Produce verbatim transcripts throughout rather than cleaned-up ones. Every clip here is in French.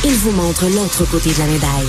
il vous montre l'autre côté de la médaille.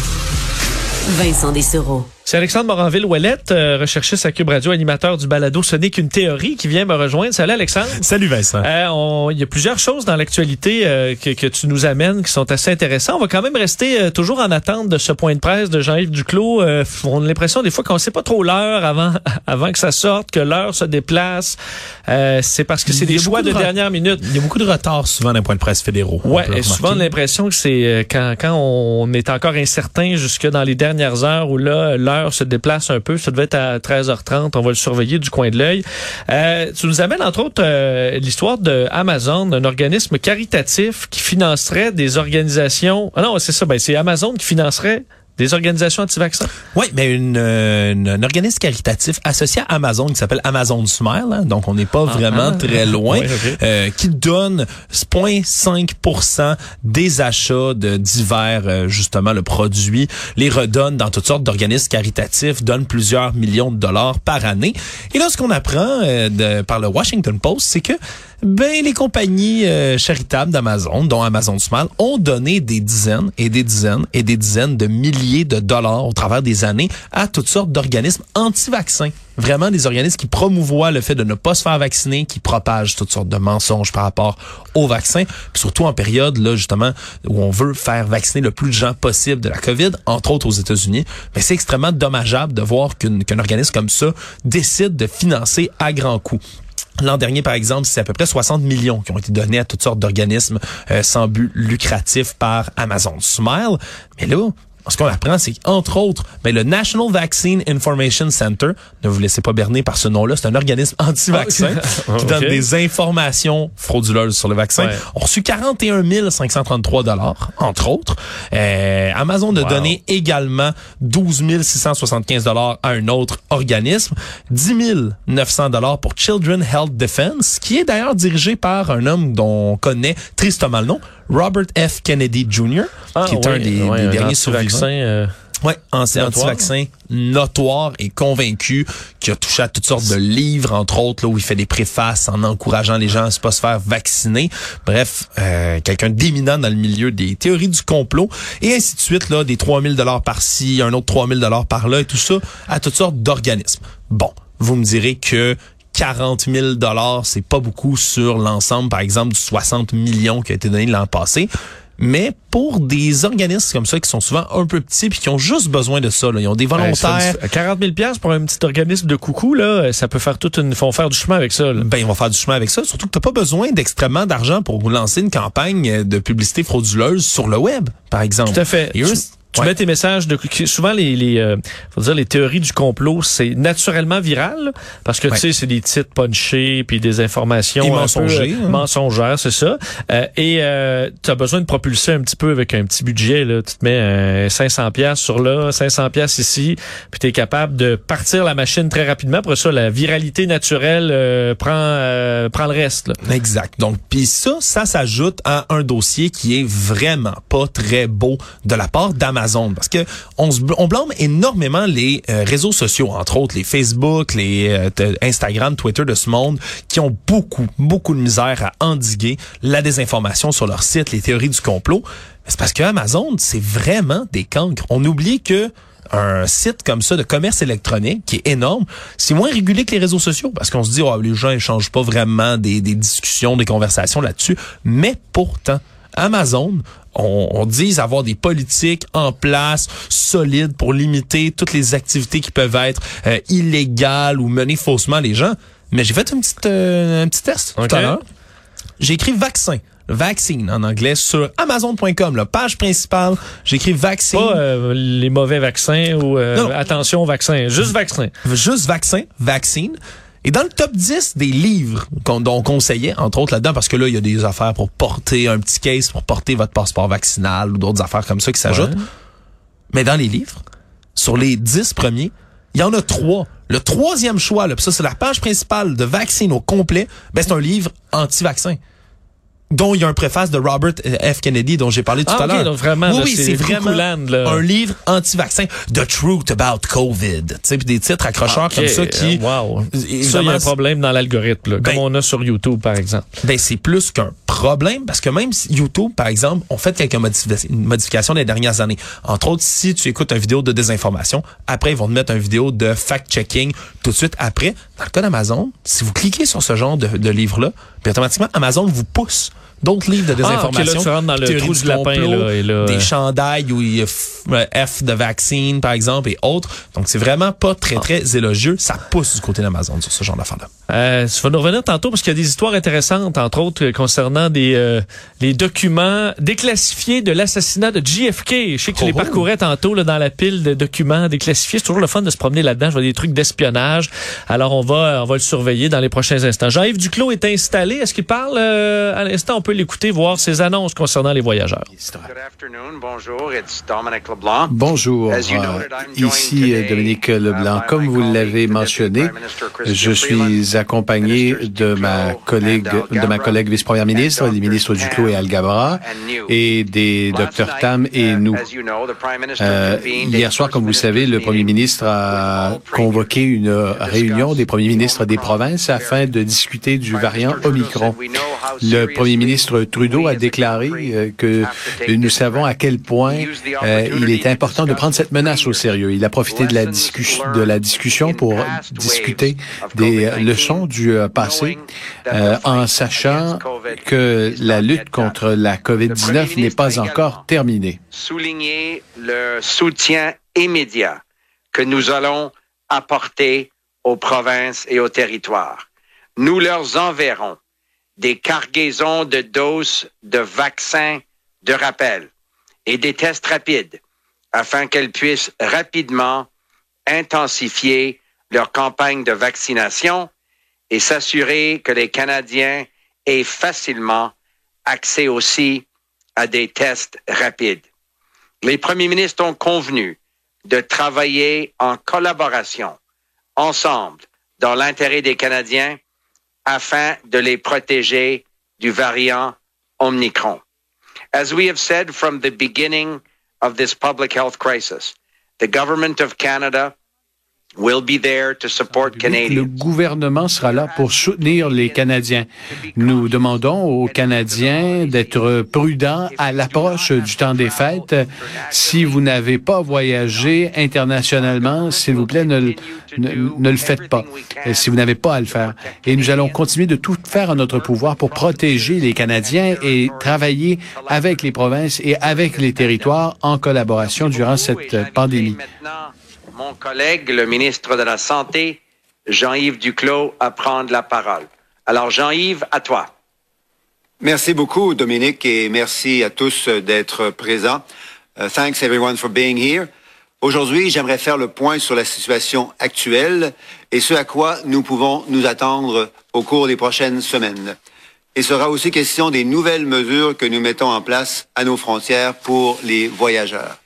Vincent Dessureau. C'est Alexandre Moranville-Ouellette, euh, recherchiste à Cube Radio, animateur du balado Ce n'est qu'une théorie, qui vient me rejoindre. Salut Alexandre. Salut Vincent. Euh, on, il y a plusieurs choses dans l'actualité euh, que, que tu nous amènes qui sont assez intéressantes. On va quand même rester euh, toujours en attente de ce point de presse de Jean-Yves Duclos. Euh, on a l'impression des fois qu'on ne sait pas trop l'heure avant avant que ça sorte, que l'heure se déplace. Euh, c'est parce que c'est des choix de, de re- dernière minute. Il y a beaucoup de retard souvent d'un point de presse fédéraux. Ouais, et souvent on a l'impression que c'est euh, quand quand on est encore incertain jusque dans les dernières heures où là l'heure se déplace un peu. Ça devait être à treize heures trente. On va le surveiller du coin de l'œil. Euh, tu nous amènes entre autres euh, l'histoire de Amazon, un organisme caritatif qui financerait des organisations. Ah non, c'est ça. Ben c'est Amazon qui financerait des organisations anti-vaccins? Oui, mais une, une, un organisme caritatif associé à Amazon qui s'appelle Amazon Smile, hein, donc on n'est pas ah, vraiment ah, très loin, oui, okay. euh, qui donne zéro virgule cinq pour cent des achats de divers, euh, justement, le produit, les redonne dans toutes sortes d'organismes caritatifs, donne plusieurs millions de dollars par année. Et là, ce qu'on apprend euh, de, par le Washington Post, c'est que ben les compagnies euh, charitables d'Amazon, dont Amazon Smile, ont donné des dizaines et des dizaines et des dizaines de milliers de dollars au travers des années à toutes sortes d'organismes anti-vaccins. Vraiment des organismes qui promouvoient le fait de ne pas se faire vacciner, qui propagent toutes sortes de mensonges par rapport au vaccin, puis surtout en période là justement où on veut faire vacciner le plus de gens possible de la COVID, entre autres aux États-Unis. Mais c'est extrêmement dommageable de voir qu'une, qu'un organisme comme ça décide de financer à grands coups. L'an dernier, par exemple, c'est à peu près soixante millions qui ont été donnés à toutes sortes d'organismes euh, sans but lucratif par Amazon Smile. Mais là, ce qu'on apprend, c'est qu'entre autres, ben, le National Vaccine Information Center, ne vous laissez pas berner par ce nom-là, c'est un organisme anti-vaccin oh, qui donne okay. des informations frauduleuses sur le vaccin, ouais. ont reçu quarante et un mille cinq cent trente-trois dollars, entre autres. Euh, Amazon a wow. donné également douze mille six cent soixante-quinze dollars à un autre organisme, dix mille neuf cents dollars pour Children Health Defense, qui est d'ailleurs dirigé par un homme dont on connaît tristement le nom, Robert F. Kennedy Junior, ah, qui est oui, un des, ouais, des un derniers survivants. Euh, oui, ancien anti-vaccin notoire et convaincu, qui a touché à toutes sortes de livres, entre autres, là où il fait des préfaces en encourageant les gens à ne pas se faire vacciner. Bref, euh, quelqu'un d'éminent dans le milieu des théories du complot, et ainsi de suite, là, des trois mille dollars par-ci, un autre trois mille dollars par-là, et tout ça à toutes sortes d'organismes. Bon, vous me direz que quarante mille dollars, c'est pas beaucoup sur l'ensemble, par exemple, du soixante millions qui a été donné l'an passé. Mais pour des organismes comme ça qui sont souvent un peu petits puis qui ont juste besoin de ça, là, ils ont des volontaires. Ouais, quarante mille dollars pour un petit organisme de coucou, là, ça peut faire toute une, ils vont faire du chemin avec ça. Là. Ben, ils vont faire du chemin avec ça. Surtout que t'as pas besoin d'extrêmement d'argent pour lancer une campagne de publicité frauduleuse sur le web, par exemple. Tout à fait. Et eux, Tu ouais. mets tes messages de souvent les les euh, faut dire les théories du complot, c'est naturellement viral parce que ouais. tu sais c'est des titres punchés puis des informations et un mensongers, peu, hein. mensongères, c'est ça. Euh, et euh, tu as besoin de propulser un petit peu avec un petit budget là, tu te mets euh, cinq cents piastres sur là, cinq cents piastres ici, puis tu es capable de partir la machine très rapidement. Pour ça la viralité naturelle euh, prend euh, prend le reste là. Exact. Donc puis ça ça s'ajoute à un dossier qui est vraiment pas très beau de la part d'Amazon. Parce que on, se, on blâme énormément les euh, réseaux sociaux, entre autres les Facebook, les euh, t- Instagram, Twitter de ce monde, qui ont beaucoup, beaucoup de misère à endiguer la désinformation sur leur site, les théories du complot. Mais c'est parce que Amazon, c'est vraiment des cancres. On oublie que un site comme ça de commerce électronique qui est énorme, c'est moins régulé que les réseaux sociaux parce qu'on se dit oh, les gens échangent pas vraiment des, des discussions, des conversations là-dessus. Mais pourtant, Amazon, on, on dit avoir des politiques en place solides pour limiter toutes les activités qui peuvent être euh, illégales ou mener faussement les gens. Mais j'ai fait une petite, euh, un petit test okay. tout à l'heure. J'ai écrit vaccin. Vaccine en anglais sur amazon point com, la page principale. J'ai écrit vaccine. Pas euh, les mauvais vaccins ou euh, attention au vaccin, juste vaccin. Juste vaccin, vaccine. Et dans le top dix des livres qu'on, dont on conseillait, entre autres là-dedans, parce que là, il y a des affaires pour porter un petit case, pour porter votre passeport vaccinal ou d'autres affaires comme ça qui s'ajoutent. Ouais. Mais dans les livres, sur les dix premiers, il y en a trois. Le troisième choix, là, pis ça, c'est la page principale de Vaccine au complet, ben c'est un livre anti-vaccin. dont il y a un préface de Robert F. Kennedy dont j'ai parlé tout ah, à okay, l'heure. Donc vraiment, oui, là, oui, c'est, c'est vraiment Land, là. un livre anti-vaccin, The Truth About COVID. Tu sais, des titres accrocheurs okay, comme ça qui. Wow. Ça, il y a un problème dans l'algorithme, là, ben, comme on a sur YouTube, par exemple. Ben c'est plus qu'un problème parce que même si YouTube, par exemple, ont fait quelques modifi- modifications les dernières années. Entre autres, si tu écoutes une vidéo de désinformation, après ils vont te mettre une vidéo de fact-checking tout de suite après. Dans le cas d'Amazon, si vous cliquez sur ce genre de, de livre-là, puis automatiquement Amazon vous pousse d'autres livres de désinformation. Ah, okay, là, tu rentres dans le trou du lapin, là, et là, des chandails où il y a F de vaccine, par exemple, et autres. Donc, c'est vraiment pas très, très ah. élogieux. Ça pousse du côté d'Amazon sur ce genre d'affaires-là. Euh, tu vas nous revenir tantôt parce qu'il y a des histoires intéressantes, entre autres, concernant des euh, les documents déclassifiés de l'assassinat de J F K. Je sais que tu oh, les parcourais tantôt là, dans la pile de documents déclassifiés. C'est toujours le fun de se promener là-dedans. Je vois des trucs d'espionnage. Alors, on va on va le surveiller dans les prochains instants. Jean-Yves Duclos est installé. Est-ce qu'il parle euh, à l'instant? On peut l'écouter, voir ses annonces concernant les voyageurs. Bonjour, it's Dominic LeBlanc. Bonjour, euh, ici Dominique Leblanc. Comme vous l'avez mentionné, je suis accompagné de ma collègue, de ma collègue vice-première ministre, les ministres Duclos et Alghabra, et des docteurs Tam et nous. Euh, hier soir, comme vous savez, le premier ministre a convoqué une réunion des premiers ministres des provinces afin de discuter du variant Omicron. Le premier ministre Trudeau a déclaré euh, que nous savons à quel point euh, il est important de prendre cette menace au sérieux. Il a profité de la, discus- de la discussion pour discuter des leçons du euh, passé euh, en sachant que la lutte contre la covid dix-neuf n'est pas encore terminée. Souligner le soutien immédiat que nous allons apporter aux provinces et aux territoires. Nous leur enverrons des cargaisons de doses de vaccins de rappel et des tests rapides afin qu'elles puissent rapidement intensifier leur campagne de vaccination et s'assurer que les Canadiens aient facilement accès aussi à des tests rapides. Les premiers ministres ont convenu de travailler en collaboration, ensemble, dans l'intérêt des Canadiens, afin de les protéger du variant Omicron. As we have said from the beginning of this public health crisis, the government of Canada will be there to support Canadians. Le gouvernement sera là pour soutenir les Canadiens. Nous demandons aux Canadiens d'être prudents à l'approche du temps des fêtes. Si vous n'avez pas voyagé internationalement, s'il vous plaît, ne, ne, ne le faites pas. Si vous n'avez pas à le faire. Et nous allons continuer de tout faire en notre pouvoir pour protéger les Canadiens et travailler avec les provinces et avec les territoires en collaboration durant cette pandémie. Mon collègue, le ministre de la Santé, Jean-Yves Duclos, à prendre la parole. Alors, Jean-Yves, à toi. Merci beaucoup, Dominique, et merci à tous d'être présents. Uh, thanks everyone for being here. Aujourd'hui, j'aimerais faire le point sur la situation actuelle et ce à quoi nous pouvons nous attendre au cours des prochaines semaines. Il sera aussi question des nouvelles mesures que nous mettons en place à nos frontières pour les voyageurs.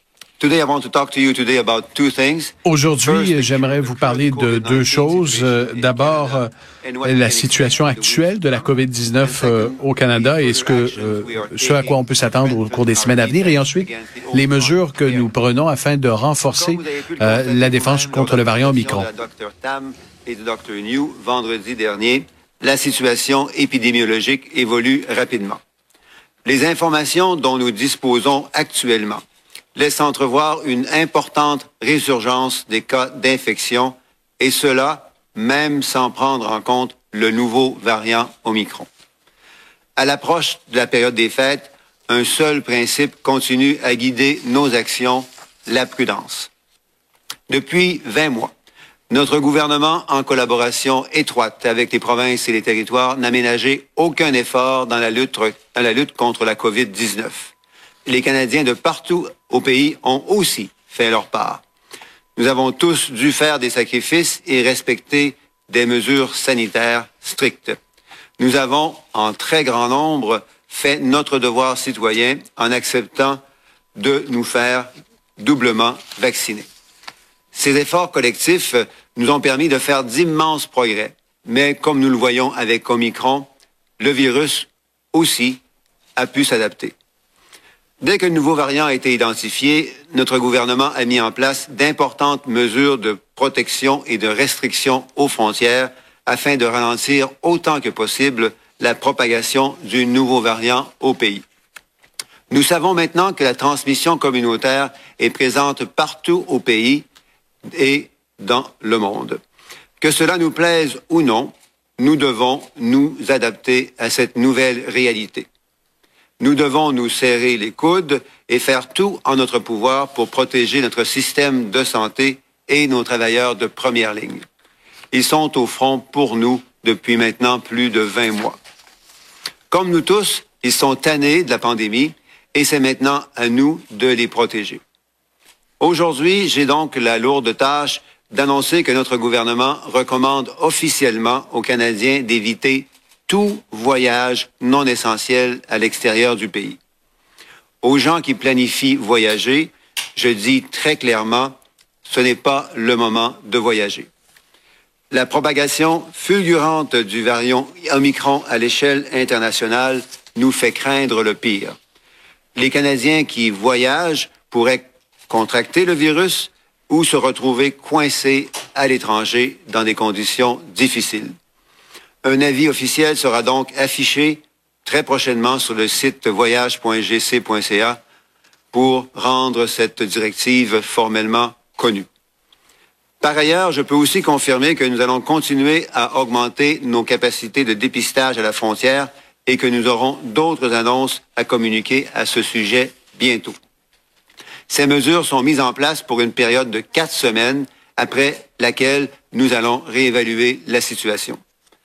Aujourd'hui, j'aimerais vous parler de deux choses. D'abord, la situation actuelle de la covid dix-neuf au Canada et ce, que, ce à quoi on peut s'attendre au cours des semaines à venir. Et ensuite, les mesures que nous prenons afin de renforcer euh, la défense contre le variant Omicron. Et de docteur New, vendredi dernier, la situation épidémiologique évolue rapidement. Les informations dont nous disposons actuellement laisse entrevoir une importante résurgence des cas d'infection, et cela même sans prendre en compte le nouveau variant Omicron. À l'approche de la période des fêtes, un seul principe continue à guider nos actions, la prudence. Depuis vingt mois, notre gouvernement, en collaboration étroite avec les provinces et les territoires, n'a ménagé aucun effort dans la lutte, dans la lutte contre la covid dix-neuf. Les Canadiens de partout au pays ont aussi fait leur part. Nous avons tous dû faire des sacrifices et respecter des mesures sanitaires strictes. Nous avons, en très grand nombre, fait notre devoir citoyen en acceptant de nous faire doublement vacciner. Ces efforts collectifs nous ont permis de faire d'immenses progrès. Mais comme nous le voyons avec Omicron, le virus aussi, a pu s'adapter. Dès que le nouveau variant a été identifié, notre gouvernement a mis en place d'importantes mesures de protection et de restriction aux frontières afin de ralentir autant que possible la propagation du nouveau variant au pays. Nous savons maintenant que la transmission communautaire est présente partout au pays et dans le monde. Que cela nous plaise ou non, nous devons nous adapter à cette nouvelle réalité. Nous devons nous serrer les coudes et faire tout en notre pouvoir pour protéger notre système de santé et nos travailleurs de première ligne. Ils sont au front pour nous depuis maintenant plus de vingt mois. Comme nous tous, ils sont tannés de la pandémie et c'est maintenant à nous de les protéger. Aujourd'hui, j'ai donc la lourde tâche d'annoncer que notre gouvernement recommande officiellement aux Canadiens d'éviter tout voyage non essentiel à l'extérieur du pays. Aux gens qui planifient voyager, je dis très clairement, ce n'est pas le moment de voyager. La propagation fulgurante du variant Omicron à l'échelle internationale nous fait craindre le pire. Les Canadiens qui voyagent pourraient contracter le virus ou se retrouver coincés à l'étranger dans des conditions difficiles. Un avis officiel sera donc affiché très prochainement sur le site voyage point g c point c a pour rendre cette directive formellement connue. Par ailleurs, je peux aussi confirmer que nous allons continuer à augmenter nos capacités de dépistage à la frontière et que nous aurons d'autres annonces à communiquer à ce sujet bientôt. Ces mesures sont mises en place pour une période de quatre semaines, après laquelle nous allons réévaluer la situation.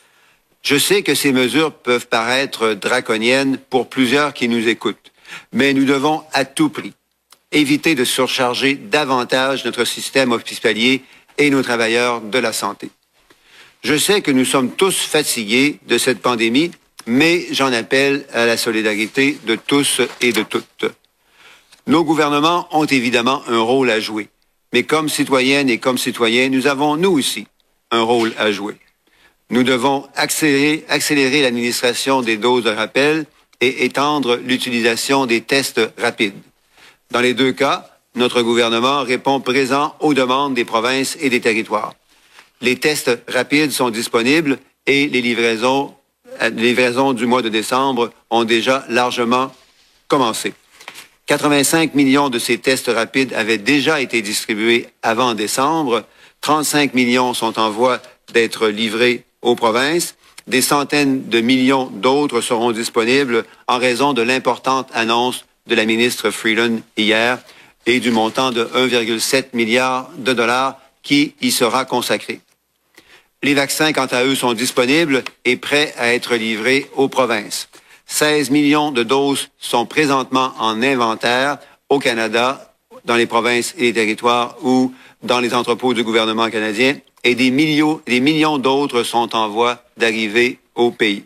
Je sais que ces mesures peuvent paraître draconiennes pour plusieurs qui nous écoutent, mais nous devons à tout prix éviter de surcharger davantage notre système hospitalier et nos travailleurs de la santé. Je sais que nous sommes tous fatigués de cette pandémie, mais j'en appelle à la solidarité de tous et de toutes. Nos gouvernements ont évidemment un rôle à jouer, mais comme citoyennes et comme citoyens, nous avons, nous aussi, un rôle à jouer. Nous devons accélérer, accélérer l'administration des doses de rappel et étendre l'utilisation des tests rapides. Dans les deux cas, notre gouvernement répond présent aux demandes des provinces et des territoires. Les tests rapides sont disponibles et les livraisons, les livraisons du mois de décembre ont déjà largement commencé. quatre-vingt-cinq millions de ces tests rapides avaient déjà été distribués avant décembre. trente-cinq millions sont en voie d'être livrés aux provinces. Des centaines de millions d'autres seront disponibles en raison de l'importante annonce de la ministre Freeland hier et du montant de un virgule sept milliard de dollars qui y sera consacré. Les vaccins, quant à eux, sont disponibles et prêts à être livrés aux provinces. seize millions de doses sont présentement en inventaire au Canada, dans les provinces et les territoires ou dans les entrepôts du gouvernement canadien, et des millions, des millions d'autres sont en voie d'arriver au pays.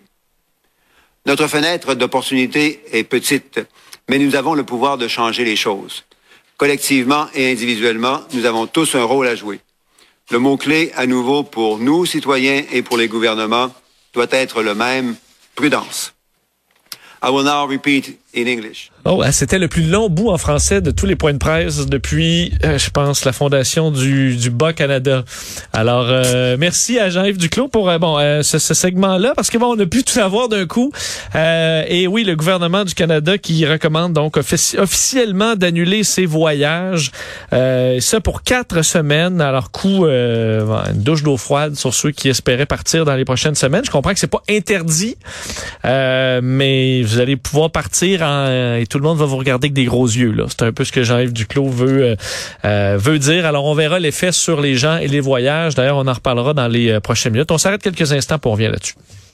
Notre fenêtre d'opportunité est petite, mais nous avons le pouvoir de changer les choses. Collectivement et individuellement, nous avons tous un rôle à jouer. Le mot-clé, à nouveau, pour nous, citoyens, et pour les gouvernements, doit être le même, prudence. I will now repeat in English. Oh, c'était le plus long bout en français de tous les points de presse depuis, euh, je pense, la fondation du, du Bas-Canada. Alors, euh, merci à Jean-Yves Duclos pour euh, bon euh, ce, ce segment-là, parce que bon, on a pu tout avoir d'un coup. Euh, et oui, le gouvernement du Canada qui recommande donc offici- officiellement d'annuler ses voyages, euh, ça pour quatre semaines. Alors, coup, euh, une douche d'eau froide sur ceux qui espéraient partir dans les prochaines semaines. Je comprends que c'est pas interdit, euh, mais vous allez pouvoir partir en, et tout le monde va vous regarder avec des gros yeux, là. C'est un peu ce que Jean-Yves Duclos veut, euh, euh, veut dire. Alors, on verra l'effet sur les gens et les voyages. D'ailleurs, on en reparlera dans les euh, prochaines minutes. On s'arrête quelques instants pour on revient là-dessus.